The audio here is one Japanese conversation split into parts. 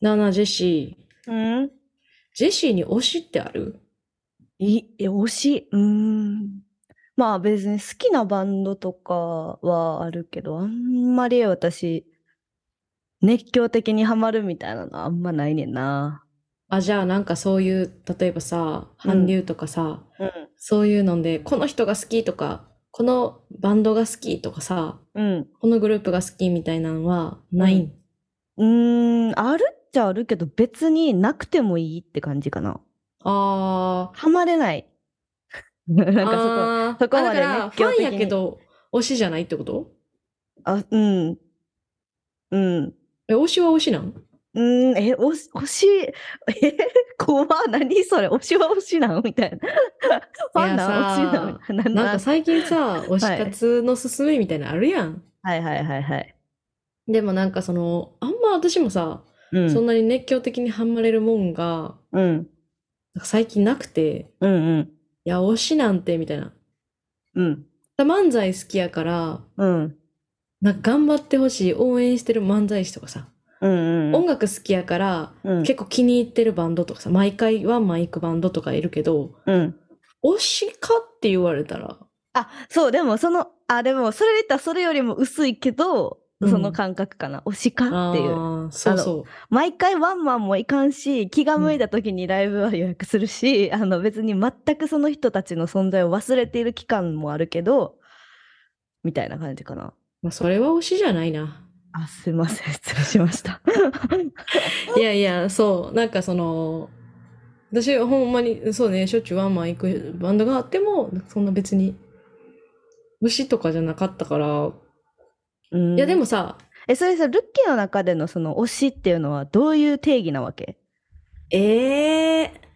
なあなあ、ジェシー。 うん。 ジェシーに推しってある？ 推し。まあ別に好きなバンドとかはあるけど、あんまり私、熱狂的にハマるみたいなのはあんまないねんな。 あ、じゃあなんかそういう、例えばさ、 うん。 韓流とかさ、 うん。 そういうので、この人が好きとか、このバンドが好きとかさ、 うん。 このグループが好きみたいなのはうん。 ないん？ あるっちゃあるけど、別になくてもいいって感じかな。 あハマれない。なんかそこだまで熱から、ファンや狂的に。 けど、推しじゃないってこと？ うん、うん。 え、推しは推しなん？ 推し、怖何それ、推しは推しなんみたいな。フいやァンなん推しなんみさ、 たいな。 なんか最近さ、推しはい。 活のすすめみたいなのあるやん。 はいはいはいはい。 でもなんかあんま私もさ、 うん、 そんなに熱狂的にハマれるもんが、 うん、 なんか最近なくて、 うん、うん、 いや、推しなんて、みたいな。 うん、 漫才好きやから、 うん、 なんか頑張ってほしい、応援してる漫才師とかさ、 うん、うん、 音楽好きやから、 うん、 結構気に入ってるバンドとかさ、毎回ワンマン行くバンドとかいるけど、 うん。 推しかって言われたら、 あ、そう、でも、それで言ったらそれよりも薄いけど、そのうん。 感覚かな。推しかっていう。 ああ、そあの、 うそ毎回ワンマンも行かんし、気がう。うん。 向いた時にライブは予約するし、別に全くその人たちの存在を忘れている期間もあるけど、みたいな感じかな。 まあ、それは推しじゃないな。 あ、すいません。失礼しました。 いやいや、そう、なんか私ほんまに、そうね、しょっちゅうワンマン行くバンドがあっても、そんな別に、推しとかじゃなかったから、いやでうん。 もさ、 それさ、ルッキーの中でのその推しっていうのはどういう定義なわけ？ ええ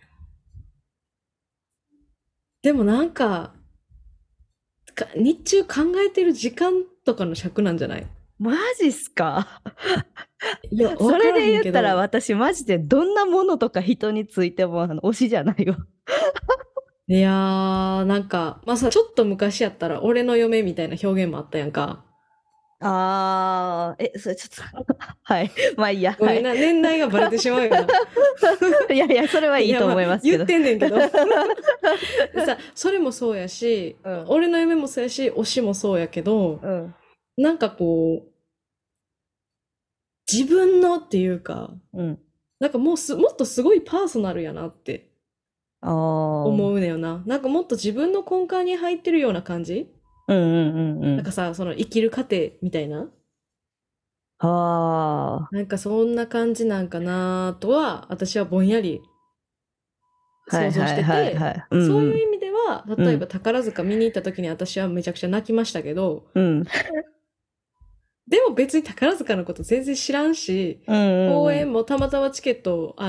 でもなんか、日中考えてる時間とかの尺なんじゃない？ マジっすか？ いや、わそれからへで言ったらんけど、 私マジでどんなものとか人についても推しじゃないよ。 いやー、なんか、まあさ、ちょっと昔やったら、俺の嫁みたいな表現もあったやんか。 それちょっとはい。まあいいや、はい。 ごめんな、年代がバレてしまうよな。 いやいや、それはいいといや、まあ、 思いますけど。 言ってんねんけど。でさ、それもそうやし、 うん、 俺の嫁もそうやし、推しもそうやけど、 うん、 なんかこう、自分のっていうか、 うん。 なんかもっとすごいパーソナルやなってああ、うん、 思うねよな。なんかもっと自分の根幹に入ってるような感じ。 うん、うん、うん。 なんかさ、その生きる過程みたいな。 ああ、 なんかそんな感じなんかなとは、私はぼんやり想像しはいはいてて、 はいはい。うん、うん、 そういう意味では、例えばうん、 宝塚見に行った時に私はめちゃくちゃ泣きましたけど、 うん、 でも別に宝塚のこと全然知らんし、 うん、 公うん、 演もたまたまチケットを、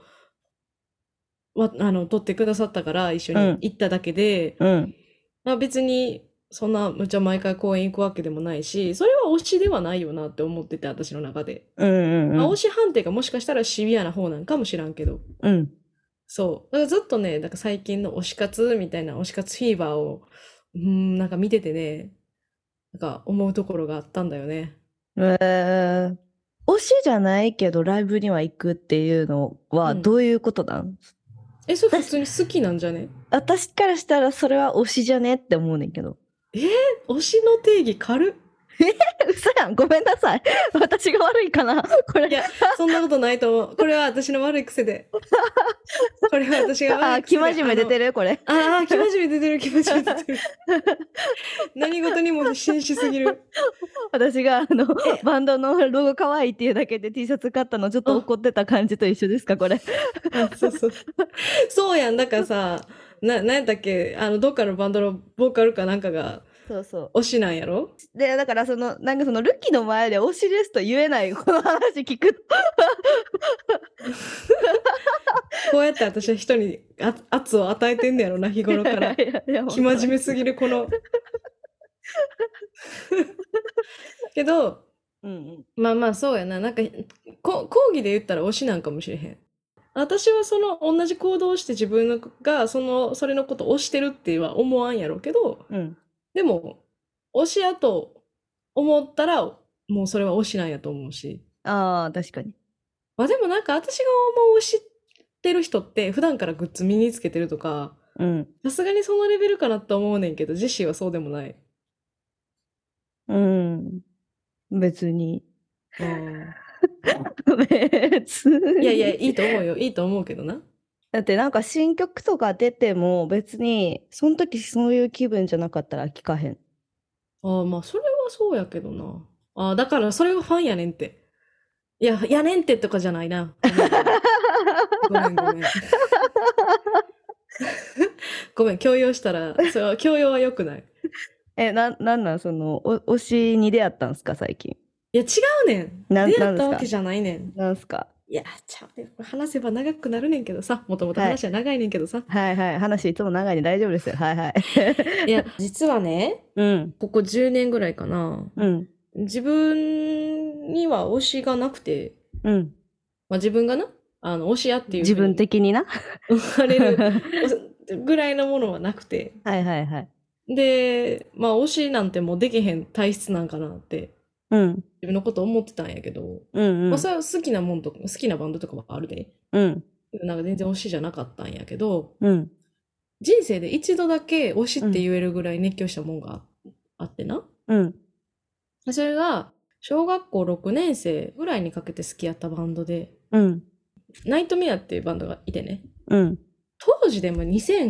取ってくださったから一緒うん、 に行っただけで、 うん、 まあ別に、そんな、むちゃ毎回公園行くわけでもないし、それは推しではないよなって思ってて、私の中で。 うん、うまあ、推ん、 し判定がもしかしたらシビアな方なんかもしらんけど。 うん。 そう。だからずっとね、なんか最近の推し活みたいな推し活フィーバーを、なんか見ててね、なんか思うところがあったんだよね。 え推しじゃないけどライブには行くっていうのうん。 はどういうことなん？ え、それ普私、 通に好きなんじゃね？ 私からしたらそれは推しじゃねって思うねんけど。 えー、推しの定義軽っ。 嘘やん。ごめんなさい。私が悪いかな。これ。 いや、そんなことないと思う。これは私の悪い癖で。これは私が悪い癖で、 生真面目出てるこれ。 気まじめ出てる、気まじめ出てる。何事にも真摯すぎる。 私がえ、 バンドのロゴ可愛いっていうだけで T シャツ買ったのちょっとあ、 怒ってた感じと一緒ですか、これ。 そうそう。そうやん。だからさ、なんやったっけ、どっかのバンドのボーカルかなんかがそうそ推しなんやろ？ う。で、だからなんかルッキーの前で推しですと言えないこの話聞くと。 こうやって私は人に圧を与えてんねやろな、日いや頃から。 いやいや、本当に。 生真面目すぎるこの。けど、 うんうん。 まあまあそうやな。なんか、講義で言ったら推しなんかもしれへん。私はその同じ行動をして自分がそれのことを推してるっては思わんやろうけど、 うん。 でも、推しやと思ったら、もうそれは推しなんやと思うし。 ああ、確かに。 まあでもなんか私が思う知ってる人って普段からグッズ身につけてるとか、 うん。 さすがにそのレベルかなと思うねんけど、ジェシーはそうでもない。 うん。別に。 うん。 別いやいや、 に。 いいと思うよ。いいと思うけどな。 だってなんか新曲とか出ても別に、その時そういう気分じゃなかったら聞かへん。 ああ、まあそれはそうやけどな。ああ、だからそれがファンやねんって。いや、やねんってとかじゃないな。ごめんごめん。ごめんごめん。ごめん、強要したら、それは強要は良くない。 なんその、推しに出会ったんすか、最近。 いや、違うねん。出会なんですかったわけじゃないねん。 なんすか？ いや、ちゃうねん。話せば長くなるねんけどさ。もともとはい。 話は長いねんけどさ。 はいはい。話いつも長いんで大丈夫ですよ。はいはい。 いや、実はね、 うん。 ここ10年ぐらいかな。 うん。 自分には推しがなくて、 うん。 まあ、自分がな、推しやっていう自分ふうに的にな。 言われるはぐらいのものはなくて。 いはいはい。 で、まあ、推しなんてもうできへん体質なんかなってうん。 自分のこと思ってたんやけど、まあ、 うんうん。 それは好きなもんとか、好きなバンドとかはあるで。 うん。 なんか全然推しじゃなかったんやけど、 うん。 人生で一度だけ推しってうん。 言えるぐらい熱狂したもんがあってな。 うん。 それが、小学校6年生ぐらいにかけて好きやったバンドで、 うん。 ナイトメアっていうバンドがいてね。 うん。 当時でも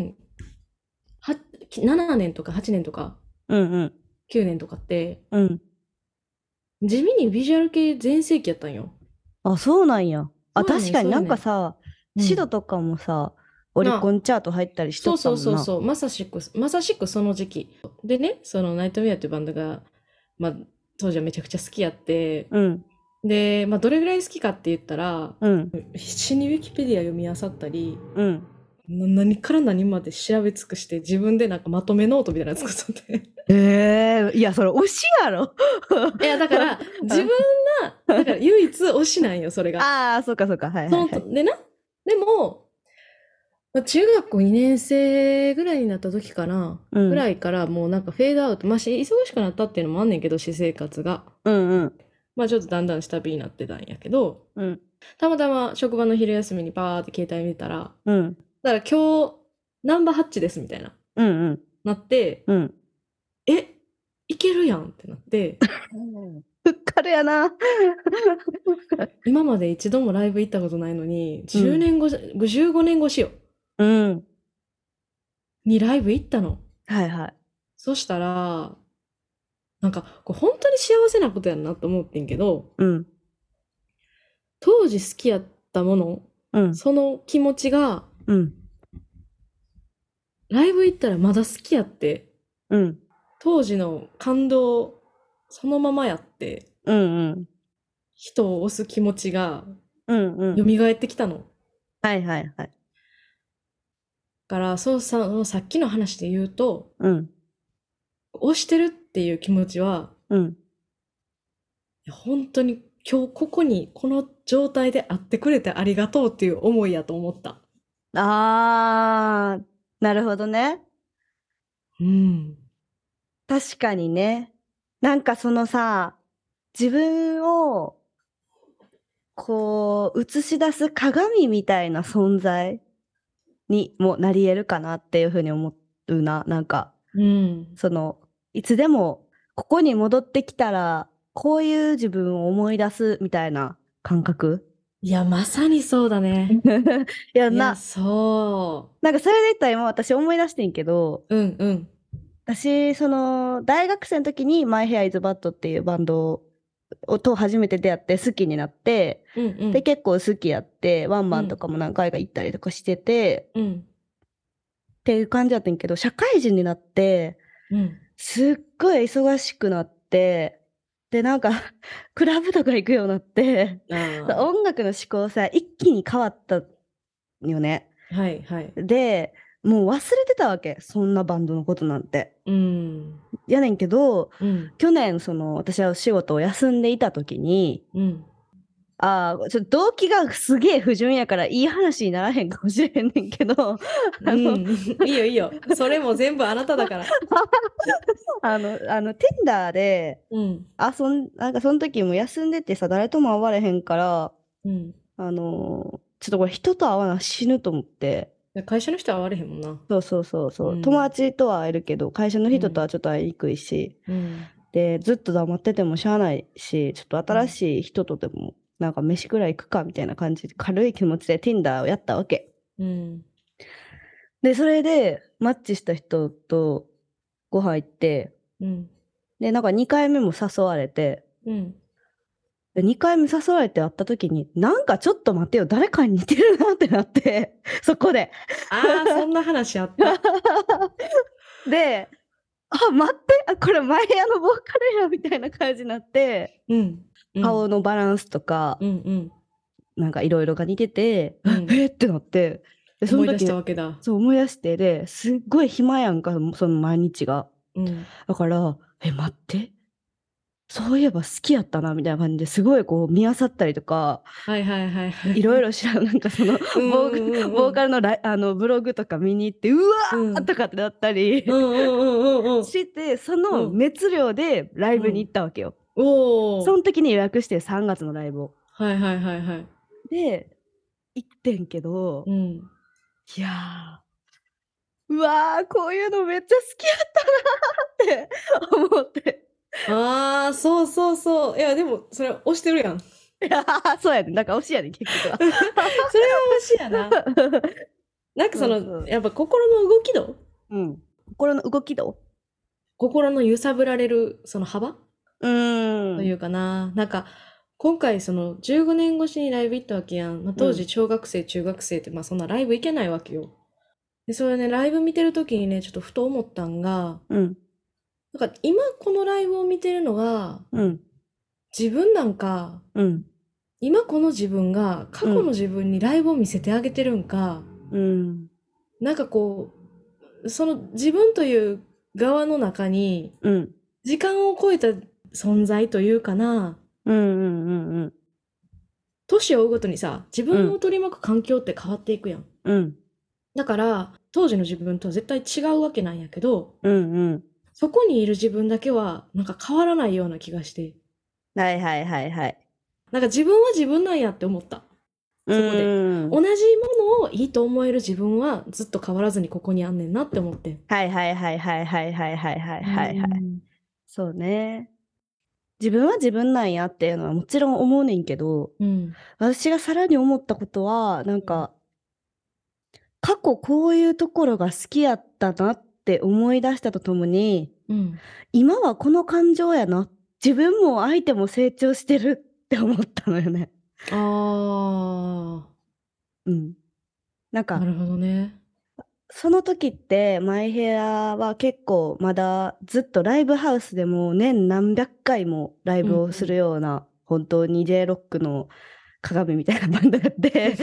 2007年とか8年とかうん。 9年とかって、 うん。 地味にビジュアル系全盛期やったんよ。 あ、そうなんや。あ、 そうやねん、 確かになんそうやねん。 かさ、 うん。 シドとかもさ、オリコな、 ンチャート入ったりしとっそうそうたもんな。 そうそう、まさしくその時期。でね、そのナイトメアっていうバンドが、まあ、当時はめちゃくちゃ好きやって、 うん。 で、まあ、どれぐらい好きかって言ったら、 うん。 必死にウィキペディア読み漁ったり、 うん。 何から何まで調べ尽くして自分でなんかまとめノートみたいなの作っとって。 いや、それ推しやろ。 いや、だから自分だから唯一推しなんよ、それが。 ああ、そうかそうか。はいはいはい。 でな、でも、まあ中学校2年生ぐらいになった時かな、 うん。 ぐらいからもうなんかフェードアウト、まあ忙しくなったっていうのもあんねんけど、私生活が。 うんうん。 まあちょっとだんだん下火になってたんやけど、 うん。 たまたま職場の昼休みにバーって携帯見たら、 うん。 だから今日ナンバーハッチですみたいな、 うんうん。 なって、 うん。 え、いけるやんってなって、 ふっかるやな。 今まで一度もライブ行ったことないのに、10 うん。 年後、15年越しよ、 うん。 にライブ行ったの。 はいはい。 そしたら、なんか、これ本当に幸せなことやんなと思ってんけど、 うん。 当時好きやったもの、 うん。 その気持ちが、 うん。 ライブ行ったらまだ好きやって、 うん。 当時の感動、そのままやって、 うん。うん。 人を押す気持ちがうんうん。 蘇ってきたの。 はいはいはい。 だから、さっきの話で言うと、 うん。 押してるっていう気持ちは、 うん。 いや本当に今日ここに、この状態で会ってくれてありがとうっていう思いやと思った。 あー、なるほどね。 うん。 確かにね。なんかそのさ、自分をこう映し出す鏡みたいな存在にもなり得るかなっていうふうに思うな。なんか、 うん。 その、いつでもここに戻ってきたら、こういう自分を思い出すみたいな感覚。 いや、まさにそうだね。 いや、 いや、そなんかそれで言ったら今私思い出してんけど、 う。うんうん。 私、その、大学生の時にマイヘアイズバッドっていうバンドと初めて出会って好きになって、で、 うんうん。 結構好きやって、ワンマンとうん。 かも何回か行ったりとかしてて、 うん。 っていう感じだったんやけど、社会人になって、 うん。 すっごい忙しくなって、で、なんかクラブとか行くようになって、 あ音楽の思考さ、一気に変わったよね。 あ。はいはい。 で、もう忘れてたわけ。そんなバンドのことなんて。 うん。 やねんけど、 うん。 去年、その、私は仕事を休んでいた時に、 うん。 ちょっと動機がすげえ不純やからいい話にならへんかもしれへんねんけど、 うん。いいよいいよ。それも全部あなただから。 テンダーで、 うん。 なんかその時も休んでてさ、誰とも会われへんから、 うん。 ちょっとこれ人と会わな死ぬと思って、 会社の人は会われへんもんな。 友達とは会えるけど、会社の人とはちょっと会いにくいし、 うん。 で、ずっと黙っててもしゃあないし、ちょっと新しい人とでも、なんか飯くらい行くかみたいな感じで、軽い気持ちで Tinder をやったわけ。 うん。 で、それで、マッチした人とご飯行って、 うん。 で、なんか2回目も誘われて、 うん。 で2回目誘われて会った時に、なんかちょっと待てよ、誰かに似てるなってなって、そこで。 ああ、そんな話あった。 で、あ、待って、あ、これ前部屋のボーカルや、みたいな感じになって、 うん。 顔のバランスとか、 うんうん。 なんかいろいろが似てて、 うんってなって、で、その時思い出したわけだ。 そう思い出して、で、すっごい暇やんか、その毎日が。 うん。 だから、待って、そういえば好きやったな、みたいな感じですごいこう見漁ったりとか、 はいはいはいはい。 いろいろなんかその、 うんボうんうんうんーカルのブログとか見に行って、うわうんーとかってなったりうんうんうんうんして、そのうん熱量でライブに行ったわけよ。 おお。 その時に予約して3月のライブを。 はいはいはいはい。 で、行ってんけど、 うん。 いやー、うわー、こういうのめっちゃ好きやったなーって思って。 ああ、そうそうそう。いや、でも、それ押してるやん。そいやー、そうやねん。なんか推しやねん、結局は。 れは推しやな。なんかそうそうやっぱ心の動き度うん。心の動き度心の揺さぶられるその幅うーん。 というかな。なんか、今回その15年越しにライブ行ったわけやん。まあ、当時小学生、中学生ってまあそんなライブ行けないわけよ。で、それね、ライブ見てる時にね、ちょっとふと思ったんが、 うん。 なんか今このライブを見てるのがうん。 自分なんか、 うん。 今この自分が過去の自分にライブを見せてあげてるんか、 うん。 なんかこう、その自分という側の中にうん。 時間を超えた存在というかな、 うん。うん。うん。 年を追うごとにさ、自分を取り巻く環境って変わっていくやん。 うん。 だから、当時の自分とは絶対違うわけなんやけど、 うん。 そこにいる自分だけはなんか変わらないような気がして、 はいはいはいはい。 なんか自分は自分なんやって思った。そこで。同じものをいいと思える自分はずっと変わらずにここにあんねんなって思って。 はいはいはいはいはいはいはいはいはいはい。 うんそうね。自分は自分なんやっていうのはもちろん思うねんけど、 うん。 私がさらに思ったことは、なんか、過去こういうところが好きやったなって思い出したとともに、 うん。 今はこの感情やな。自分も相手も成長してるって思ったのよね。 あうん。なんあ、なか、 るほどね。 その時ってマイヘアは結構まだずっとライブハウスでも年何百回もライブをするような、本当に J ロックの鏡みたいなバンドやって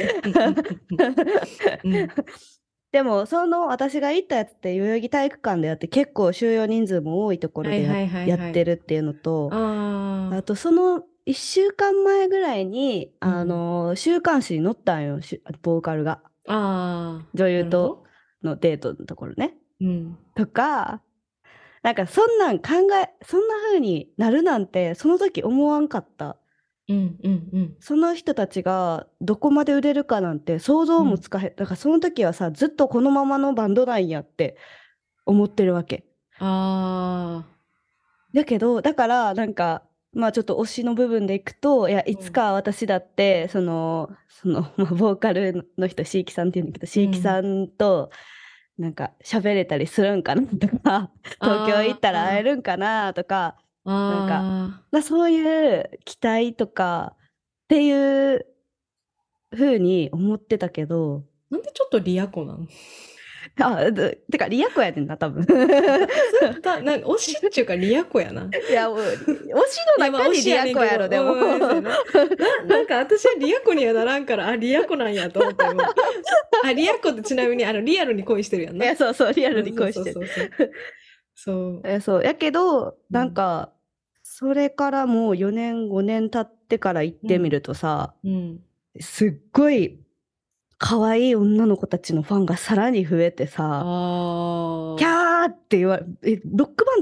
うんでもその私が行ったやつって代々木体育館でやって結構収容人数も多いところではいはいはいはいやってるっていうのと、 ああとその1週間前ぐらいに週刊誌に載ったんよ、ボーカルがあ、ああ、 女優なるほど。 とのデートのところね。 うん。 とか、なんかそんな風になるなんてその時思わんかった。 うんうんうん。 その人たちがどこまで売れるかなんて想像もつかへん。だからその時はさ、ずっとこのままのバンドなんやって思ってるわけ。 ああ、 だけど、だからなんか、まあちょっと推しの部分でいくと、いや、いつか私だって、まあ、ボーカルの人、椎木さんって言うんだけど、椎木さんと、なんか喋れたりするんかなとか、東京行ったら会えるんかなとか、なんか、 あまあ、そういう期待とかっていう風に思ってたけど、 あ、なんでちょっとリアコなんてかリア子やねんな、多分。 なんか推しっていうかリアコやな。 いや、もう、推しの中にリア子やろ、でも。 なんか私はリアコにはならんから、あ、リアコなんやと思ったよ。あ、リアコってちなみにリアルに恋してるやんな。 いや、そうそう、リアルに恋してる。 そう。 そう。やけど、なんか、それからもう4年、5年経ってから行ってみるとさ、すっごい可愛い女の子たちのファンがさらに増えてさ、キャーってロックバンドの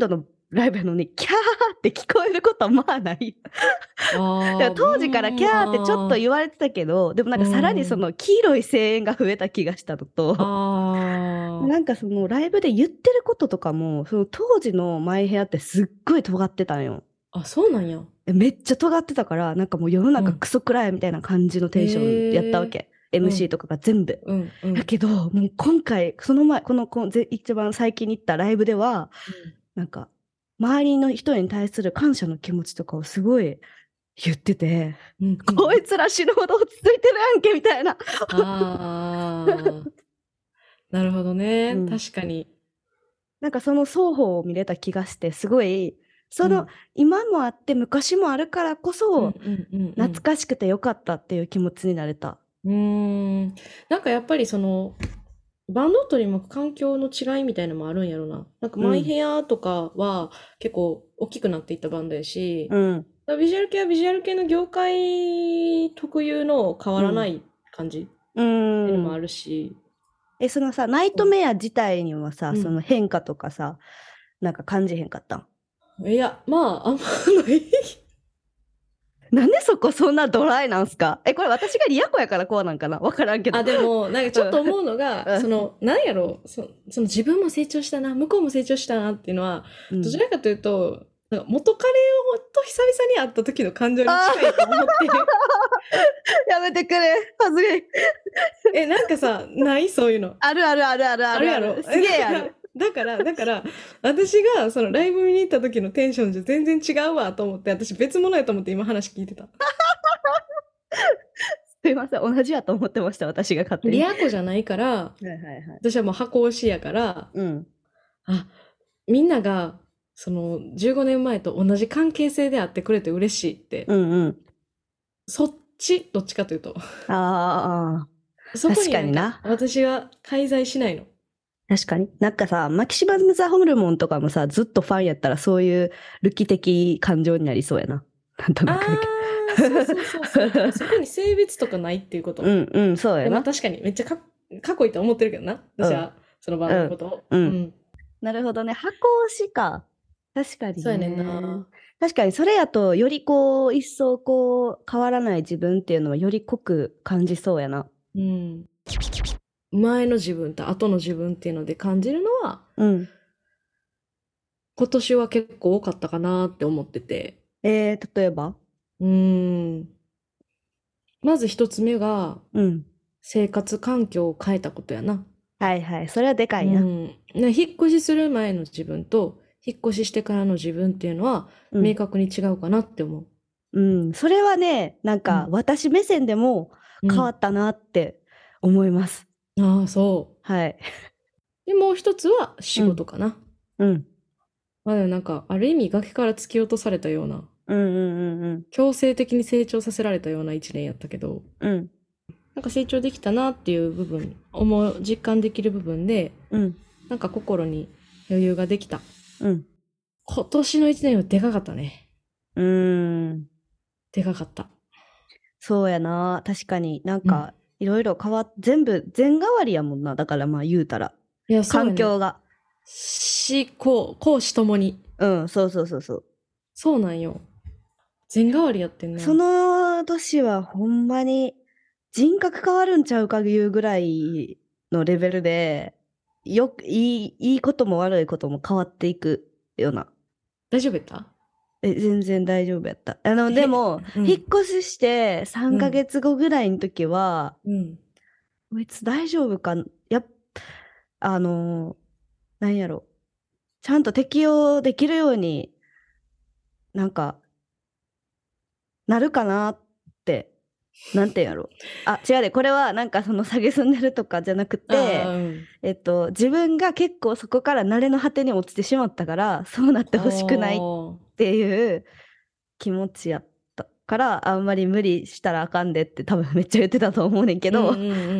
ライブやのに、キャーって聞こえることはまあない。だから当時からキャーってちょっと言われてたけど、でもなんかさらにその黄色い声援が増えた気がしたのと、なんかそのライブで言ってることとかも、その当時のマイヘアってすっごい尖ってたんよ。 あ、そうなんや。 めっちゃ尖ってたから、なんかもう世の中クソくらいみたいな感じのテンションやったわけ。MC とかが全部。だけど、もう今回、その前、一番最近に行ったライブでは、なんか、周りの人に対する感謝の気持ちとかをすごい言ってて、こいつら死ぬほど落ち着いてるやんけみたいな。 なるほどね、確かに。 なんかその双方を見れた気がして、すごい、今もあって昔もあるからこそ、懐かしくてよかったっていう気持ちになれた。 なんかやっぱりその、バンドを取り巻く環境の違いみたいなのもあるんやろな。なんかマイヘアとかは結構大きくなっていったバンドやし、ビジュアル系はビジュアル系の業界特有の変わらない感じっていうのもあるし。 そのさ、ナイトメア自体にはさ、その変化とかさ、なんか感じへんかったん？ いや、まあ、あんまない。 なんでそこそんなドライなんすか？これ私がリア子やからこうなんかな、わからんけど。 でも、なんかちょっと思うのが、なんやろ、その自分も成長したな、向こうも成長したなっていうのは、どちらかというと、なんか元彼と久々に会った時の感情に近いと思って。 やめてくれ、恥ずい。なんかさ、ないそういうの。 あるあるあるあるあるやろ。 すげえある。 だから、私がそのライブ見に行った時のテンションじゃ全然違うわと思って、私別物やと思って今話聞いてた。 すいません、同じやと思ってました、私が勝手に。 リア子じゃないから、私はもう箱推しやから、みんなが、その15年前と同じ関係性であってくれて嬉しいって。そっち、どっちかというと。そこになんか私は介在しないの。 確かに。なんかさ、マキシマムザホルモンとかもさ、ずっとファンやったらそういうルキ的感情になりそうやな。なんとなくだけど。 そう。そこに性別とかないっていうこと。 そうやな。 確かにめっちゃかっこいいと思ってるけどな。私は、そのバンドのことを。 なるほどね。箱推しか。確かにね。 そうやねんな。 確かにそれやと、よりこう、一層こう、変わらない自分っていうのはより濃く感じそうやな。 前の自分と後の自分っていうので感じるのは、今年は結構多かったかなって思ってて。 例えばまず一つ目が、生活環境を変えたことやな。 はいはい。それはでかいな。 引っ越しする前の自分と、引っ越ししてからの自分っていうのは、明確に違うかなって思う。それはね、なんか、私目線でも変わったなって思います。 そう。 はい。 で、もう一つは仕事かな。まだなんか、ある意味崖から突き落とされたような、強制的に成長させられたような一年やったけど、なんか成長できたなっていう部分、実感できる部分で、なんか心に余裕ができた。今年の一年はでかかったね。でかかった。 そうやな。確かになんか、いろいろ全部、全変わりやもんな。だからまあ言うたら。 いや、 環境が。 公私ともに。 そう。 そうなんよ。全変わりやってんな。 その年はほんまに人格変わるんちゃうかいうぐらいのレベルで、いいことも悪いことも変わっていくような。 大丈夫やった？ 全然大丈夫やった。でも、引っ越しして3ヶ月後ぐらいの時は、こいつ大丈夫かなんやろ。ちゃんと適応できるように、なんか、なるかなって、なんてやろ。違うで、これはなんかその下げすんでるとかじゃなくて、自分が結構そこから慣れの果てに落ちてしまったから、そうなってほしくないっていう気持ちやったから、あんまり無理したらあかんでって多分めっちゃ言ってたと思うねんけど、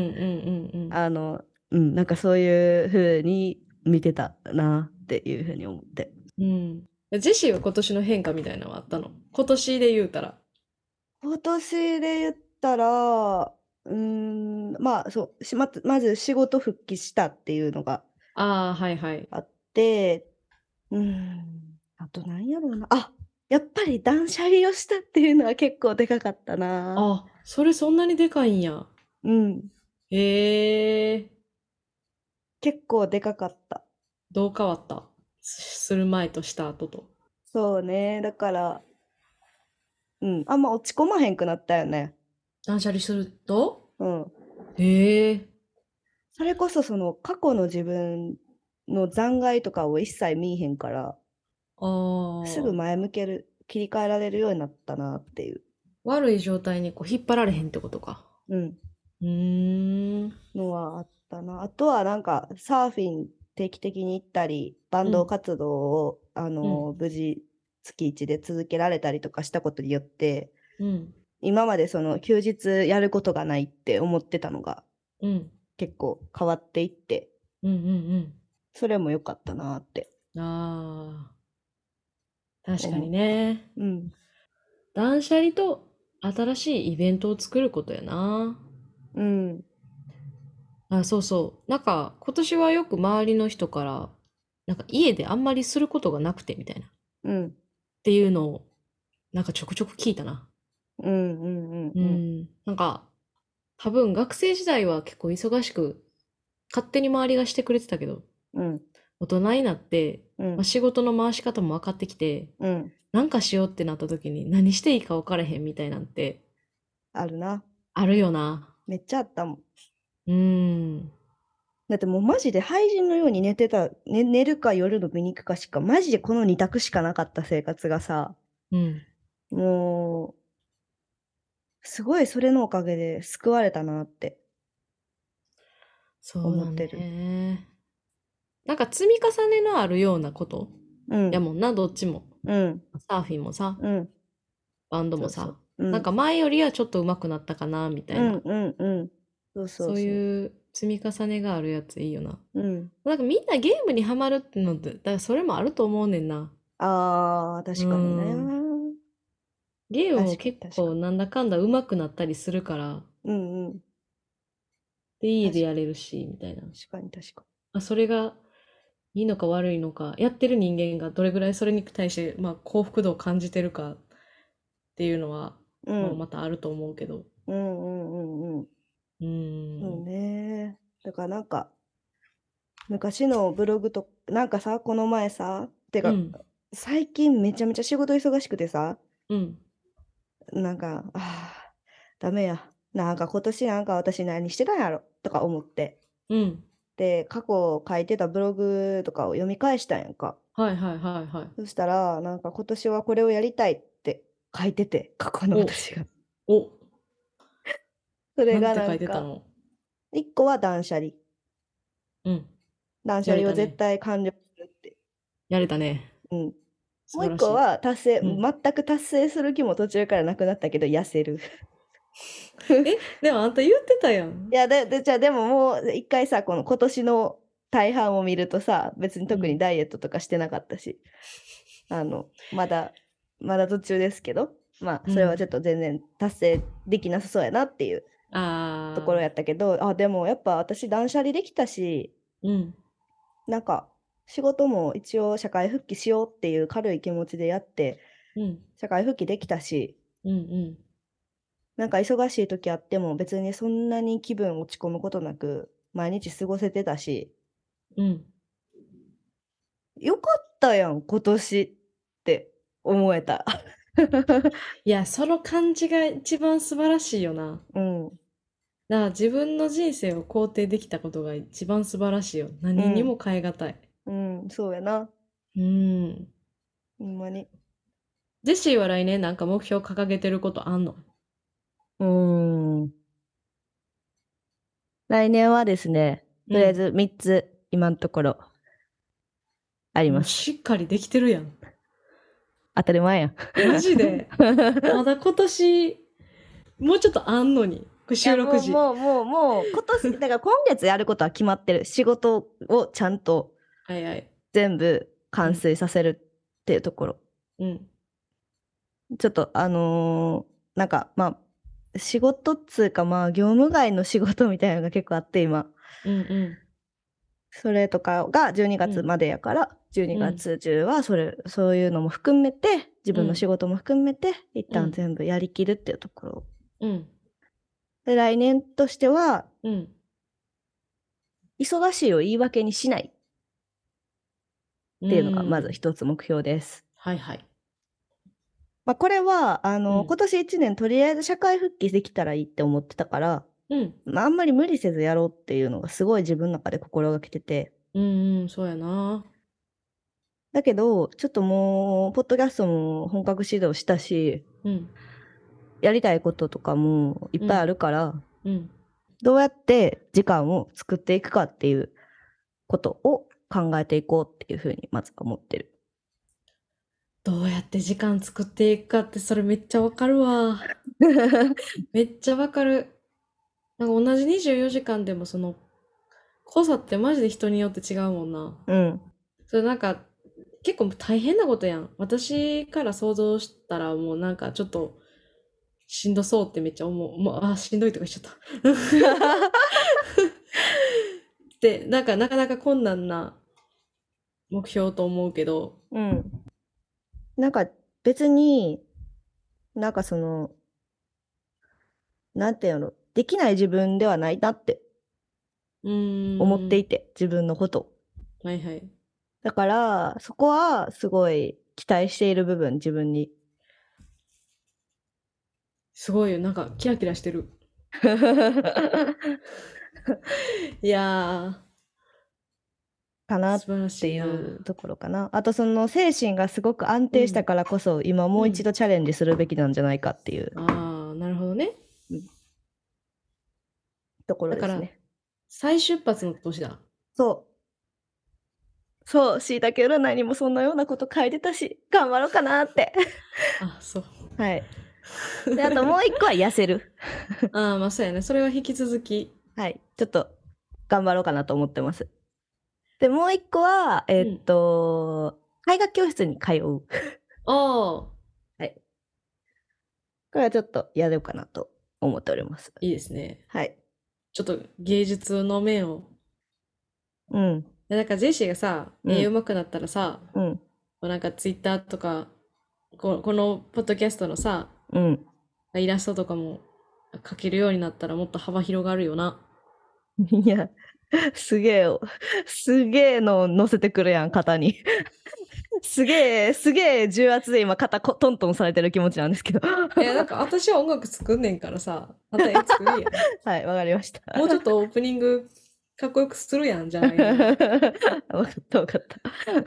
なんかそういう風に見てたなっていう風に思って。 ジェシーは今年の変化みたいなのはあったの？今年で言うたら。 今年で言ったら、まあそう、まず仕事復帰したっていうのがあって、 あと何やろうな。あ、やっぱり断捨離をしたっていうのは結構でかかったな。 あ、それそんなにでかいんや。 うん。 へえ、 結構でかかった。 どう変わったする前とした後と。 そうね。だから、うん。あんま落ち込まへんくなったよね。 断捨離するとうん。 へえ、 それこそその過去の自分の残骸とかを一切見えへんから、 あすぐあ、 前向ける、切り替えられるようになったなっていう。 悪い状態にこう引っ張られへんってことか。 うん。 うーん、 のはあったな。あとはなんかサーフィン定期的に行ったり、バンドうん、 活動をうん、 無事月1で続けられたりとかしたことによって、 うん、 今までその休日やることがないって思ってたのがうん、 結構変わっていって、 うん、うん、 それも良かったなってうん。ああ、確かに思ね。 う。うん。 断捨離と新しいイベントを作ることやな。 うん。 あ、そうそう。なんか今年はよく周りの人から、なんか家であんまりすることがなくてみたいな。っうん。 ていうのを、なんかちょくちょく聞いたな。 うん。うん。うん。うん。 うん。なんか、多分学生時代は結構忙しく、勝手に周りがしてくれてたけど、 うん。 大人になって、まあ、 うん。 仕事の回し方も分かってきて、 うん。 なんかしようってなった時に何していいか分からへんみたいなんてあるな。 あるよな。 めっちゃあったもん。 うん。 だってもうマジで廃人のように寝てた、寝るか夜の見に行くかしか、マジでこの二択しかなかった生活がさ、 うん。 もう、すごいそれのおかげで救われたなってそうだ思ってる。 ね。なんか積み重ねのあるようなことうん、 やもんな、どっちも。 うん、 サーフィンもさ、 うん、 バンドもさ。 そうそう。うん、 なんか前よりはちょっと上手くなったかな、みたうん、 いな。 うん、うん。そうそうそうそいう積み重ねがあるやついいよな。 う。うん。 なんかみんなゲームにハマるってのって、だからそれもあると思うねんな。 ああ、 う確かにん。 ね。 ゲームも確かに、 結構確かに。 なんだかんだ上手くなったりするから、 うん、うん。 で、家で確かやれるし、みたいな。 に、確かに、確かまあ、それがいいのか悪いのか、やってる人間がどれぐらいそれに対して、まあ、幸福度を感じてるかっていうのは、 に。うまあ、 ん、 またあると思うけど。 うん、うん、うん、うん。 うそうん。 ね。だからなんか、昔のブログと、なんかさ、この前さ、てか、 うん。 最近めちゃめちゃ仕事忙しくてさ、 うん。 なんか、ダメや。なんか今年なんか私何してたんやろとか思って。 うん。 で、過去書いてたブログとかを読み返したんやんか。 はいはいはいはい。 そしたら、なんか今年はこれをやりたいって書いてて、過去のお、 私が。 お、 それがなんて書なんか、 いてたの？ 一個は断捨離。 うん。 断捨離を絶やれたね。 対完了するって。 やれたね。 うん。 素もう一個晴らしい。 は達成、 うん。 全く達成する気も途中からなくなったけど、痩せる。 え、でもあんた言ってたやん。 いや、じゃあでももう一回さ、この今年の大半を見るとさ、別に特にうん。 ダイエットとかしてなかったし、まだ、まだ途中ですけど、まあ、それはちょうん。 っと全然達成できなさそうやなっていうところああ、 やったけど、でもやっぱ私断捨離できたし、 うん。 なんか仕事も一応社会復帰しようっていう軽い気持ちでやって、 うん。 社会復帰できたし、 うん。 なんか忙しい時あっても別にそんなに気分落ち込むことなく毎日過ごせてたし、 うん。 よかったやん、今年って思えた。 いや、その感じが一番素晴らしいよな。 うん、 だから自分の人生を肯定できたことが一番素晴らしいよ。 うん、 何にも変え難い。 うん、そうやな。 うん。 ほんまに。 ジェシーは来年なんか目標掲げてることあんの？ うーん。来年はですね、 うん。 とりあえず3つ今のところありもうます。 しっかりできてるやん。 当たり前やん。 マジで。まだ今年、もうちょっとあんのに。これいや、 収録時。 今年、だから今月やることは決まってる。仕事をちゃんとはいはい。 全部完うん。 遂させるっていうところ。 うん。 ちょっとなんかまあ仕事っつうかまあ業務外の仕事みたいなのが結構あって今。 うんうん。 それとかが12月までやから、12月中はそういうのも含めて、自分の仕事も含めて、一旦全部やりきるっていうところ。で、来年としては、忙しいを言い訳にしないっていうのがまず一つ目標です。 はいはい。 まあ、これは、今年1年とりあえず社会復帰できたらいいって思ってたから、まあ、あんまり無理せずやろうっていうのがすごい自分の中で心がけてて。 そうやな。 だけど、ちょっともう、ポッドキャストも本格始動したし、やりたいこととかもいっぱいあるから、どうやって時間を作っていくかっていうことを考えていこうっていうふうにまず思ってる。 どうやって時間作っていくかってそれめっちゃわかるわ。めっちゃわかる。なんか同じ24時間でもその濃さってマジで人によって違うもんな。それなんか結構大変なことやん。私から想像したらもうなんかちょっとしんどそうってめっちゃ思う。もうしんどいとか言っちゃった。で、なんかなかなか困難な目標と思うけど。 なんか別に、なんかその、なんていうの、できない自分ではないなって思っていて、自分のこと。 はいはい。 だから、そこはすごい期待している部分、自分に。 すごいよ、なんかキラキラしてる。いやかなっていうところかな。あとその精神がすごく安定したからこそ、今もう一度チャレンジするべきなんじゃないかっていう。 なるほどね。 ところですね。だから再出発の年だ。 そう、しいたけ占いにもそんなようなこと書いてたし、頑張ろうかなって。 そう。 はい。で、あともう一個は痩せる。 まあそうやね。それは引き続き。 はい。ちょっと頑張ろうかなと思ってます。で、もう一個は、絵画教室に通う。はい。これはちょっとやろうかなと思っております。 いいですね。 はい。 ちょっと芸術の面を。なんかジェシーがさ、絵上手くなったらさ、なんかツイッターとか、このポッドキャストのさ、イラストとかも描けるようになったらもっと幅広がるよな。 いや、すげえの乗せてくるやん、肩に。すげえ重圧で今肩トントンされてる気持ちなんですけど。 なんか私は音楽作んねんからさ、また絵作るやん。 はい、わかりました。 もうちょっとオープニングかっこよくするやん、じゃないの。 わかったわかった。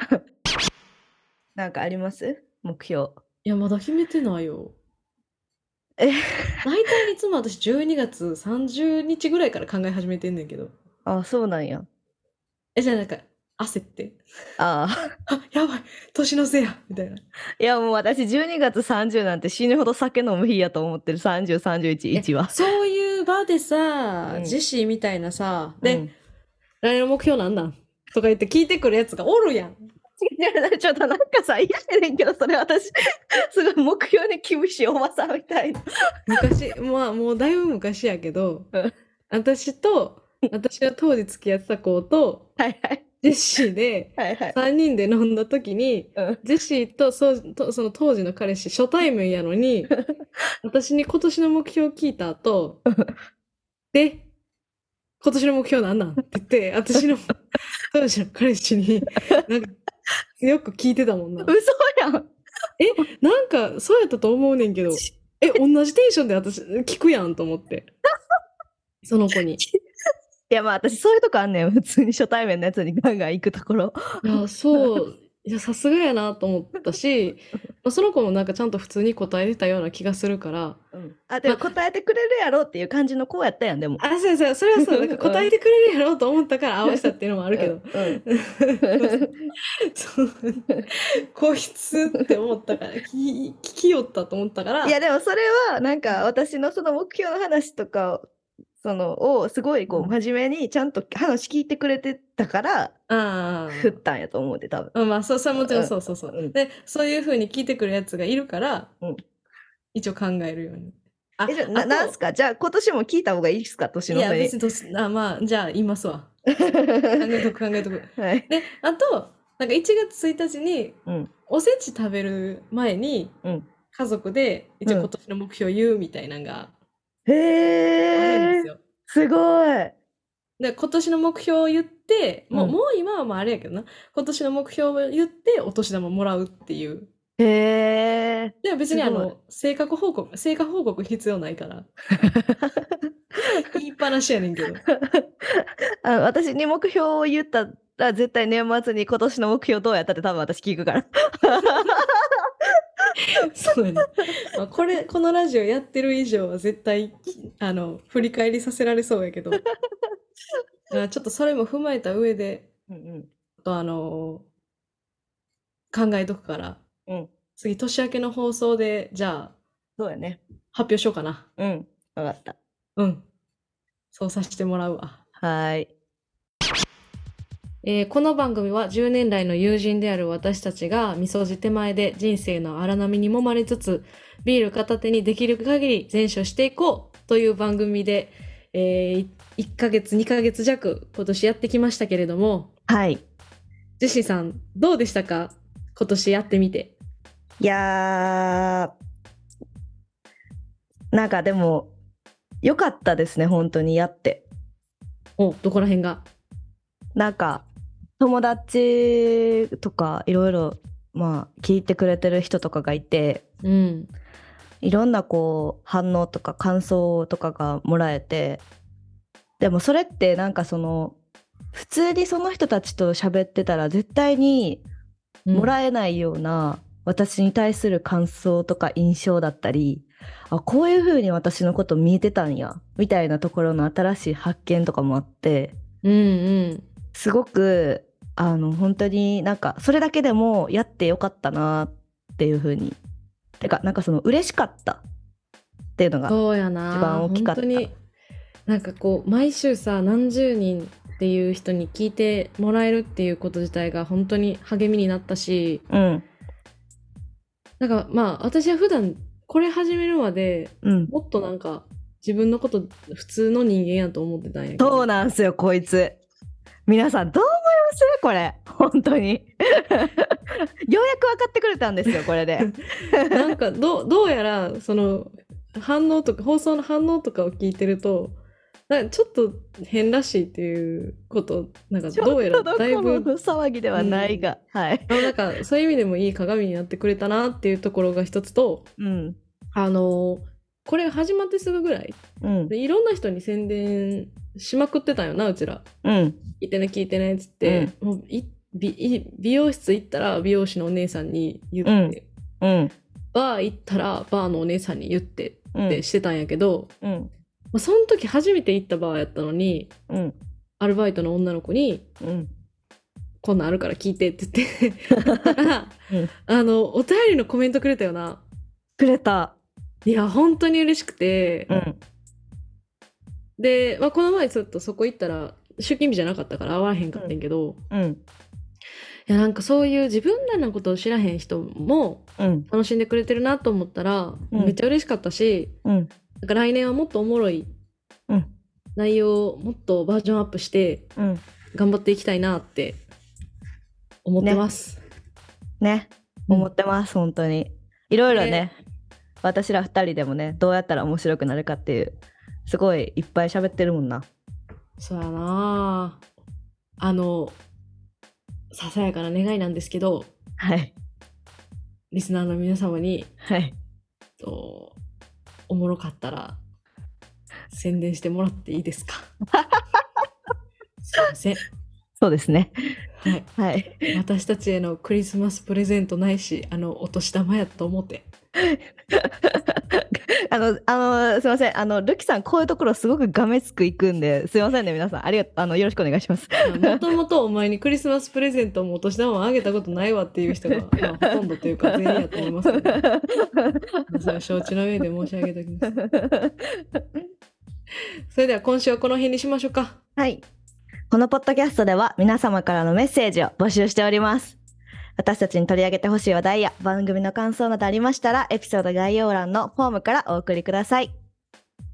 なんかあります目標。 いや、まだ決めてないよ。大体いつも私12月30日ぐらいから考え始めてんねんけど。 そうなんや。 じゃあなんか、焦って。 やばい、年のせいや、みたいな。いやもう私12月30なんて死ぬほど酒飲む日やと思ってる。30、31、1は。 そういう場でさ、ジェシーみたいなさ、で、来年の目標なんなんとか言って聞いてくるやつがおるやん。 ちょっとなんかさ、嫌やねんけど、それ私、すごい目標に厳しいおばさんみたいな。 昔、まあもうだいぶ昔やけど、私が当時付き合ってた子と、ジェシーで、3人で飲んだ時に、ジェシーとその当時の彼氏、初対面やのに、私に今年の目標聞いた後、で、今年の目標なんなんって言って、私の当時の彼氏に、なんか、よく聞いてたもんな。 嘘やん。 なんか、そうやったと思うねんけど、同じテンションで私聞くやんと思って。その子に。 いや、まあ私そういうとこあんねん。普通に初対面のやつにガンガン行くところ。 いや、そう。いや、さすがやなと思ったし、その子もなんかちゃんと普通に答えてたような気がするから。 でも答えてくれるやろっていう感じの子やったやん、でも。 そう、それはそう。なんか答えてくれるやろと思ったから合わせたっていうのもあるけど。こいつって思ったから、聞きよったと思ったから。 いや、でもそれはなんか私のその目標の話とかをすごいこう真面目にちゃんと話聞いてくれてたから振ったんやと思うで多分。 まあそれもちろんそう。でそういう風に聞いてくるやつがいるから、一応考えるように。 あ、 じゃああと、 なんすか？じゃあ今年も聞いた方がいいですか？年いや、 の瀬に。 別にまあ、じゃあ言いますわ。考えとく、考えとく。 はい。 で、あと、なんか1月1日に、 うん。 おせち食べる前に、 うん。 家族で一応今うん。 年の目標言うみたいなのがあるんでへえ、 すよ。 すごい。 で、今年の目標を言って、 うん。 もう今はまああれやけどな。今年の目標を言って、お年玉もらうっていう。 へえ、 でも別にすごい。 成果報告必要ないから、言いっぱなしやねんけど。 私に目標を言ったら絶対年末に今年の目標どうやったって多分私聞くから。 そうやね。まあ、このラジオやってる以上は絶対、振り返りさせられそうやけど、ちょっとそれも踏まえた上で、 うんうんあと考えとくから、 うん。 次年明けの放送で、じゃあ、 そうやね。 発表しようかな。 うん。わかった。 うん。そうさせてもらうわ。 はーい。 この番組は10年来の友人である私たちがみそじ手前で人生の荒波に揉まれつつビール片手にできる限り前処していこうという番組で、1ヶ月2ヶ月弱今年やってきましたけれども、 はい。 ジェシーさんどうでしたか？今年やってみて。 いやなんかでも、良かったですね、本当にやって。 どこら辺が？ なんか、友達とかいろいろ、まあ、聞いてくれてる人とかがいて、 うん。 いろんなこう、反応とか感想とかがもらえて、でもそれってなんか普通にその人たちと喋ってたら絶対にもらえないような私に対する感想とか印象だったり、あ、こういう風に私のこと見えてたんや、みたいなところの新しい発見とかもあって、 うんうん。 すごく、本当になんかそれだけでもやってよかったなっていう風に。てか、なんか嬉しかったっていうのがそうや一番な。 大きかった。 本当になんかこう毎週さ何十人っていう人に聞いてもらえるっていうこと自体が本当に励みになったし、 うん、 なんかまあ私は普段これ始めるまでうん。 もっとなんか自分のこと普通の人間やと思ってたんやけそうど、 なんすよ、こいつ。皆さんどう思いますこれ。本当に。ようやく分かってくれたんですよ、これで。 なんかどうやらその反応とか放送の反応とかを聞いてるとなんかちょっと変らしいっていうことなんかちょどうやらっとどだいぶころの騒ぎではないが、はい。 なんかそういう意味でもいい鏡になってくれたなっていうところが一つと、 うん、 あのこれ始まってすぐぐらいうん、 でいろんな人に宣伝しまくってたよな、うちら。 うん、 聞いてね聞いてねっつって、もう美容室行ったら美容師のお姉さんに言うん、 って、 うん、 バー行ったらバーのお姉さんに言ってうん、 ってしてたんやけど、 うん、 まあ、その時初めて行ったバーやったのに、 うん、 アルバイトの女の子にうん、 こんなんあるから聞いてって言って言ったら、 うん。 お便りのコメントくれたよな。 くれた。 いや、本当に嬉しくて。 うん、 で、まあ、この前ちょっとそこ行ったら、出勤日じゃなかったから会わへんかったんやけど、 うん、 いや、なんかそういう自分らのことを知らへん人もうん、 楽しんでくれてるなと思ったら、 うんめっちゃ嬉しかったし、 うん、 なんか来年はもっとおもろいうん、 内容をもっとバージョンアップしてうん。 頑張っていきたいなって思ってね、 ます。 ね、 うん思ってます、本当に。いろいろでね、私ら二人でもね、どうやったら面白くなるかっていう、すごいいっぱい喋ってるもんな。 そうやなささやかな願いなんですけど、 はい。 リスナーの皆様に、 はい。 おもろかったら宣伝してもらっていいですか？すいません。 そうですね。 はい。 はい。 私たちへのクリスマスプレゼントないし、お年玉やと思って。 すいません。ルキさん、こういうところすごくがめつくいくんで、すいませんね、皆さん。よろしくお願いします。 もともとお前にクリスマスプレゼントもお年玉もあげたことないわっていう人が、まあ、ほとんどというか全員やと思いますけど、それは承知の上で申し上げておきます。それでは今週はこの辺にしましょうか。 はい。このポッドキャストでは皆様からのメッセージを募集しております。私たちに取り上げてほしい話題や番組の感想などありましたら、エピソード概要欄のフォームからお送りください。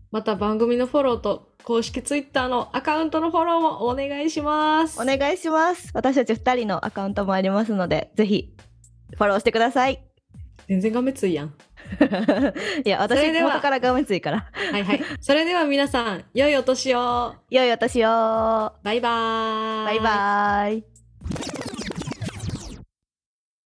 また番組のフォローと公式ツイッターのアカウントのフォローもお願いします。 お願いします。私たち2人のアカウントもありますので、ぜひフォローしてください。 全然がめついやん。 いや、私元からがめついから。 はいはい。それでは皆さん、良いお年を。 良いお年を。 バイバーイ。 バイバーイ。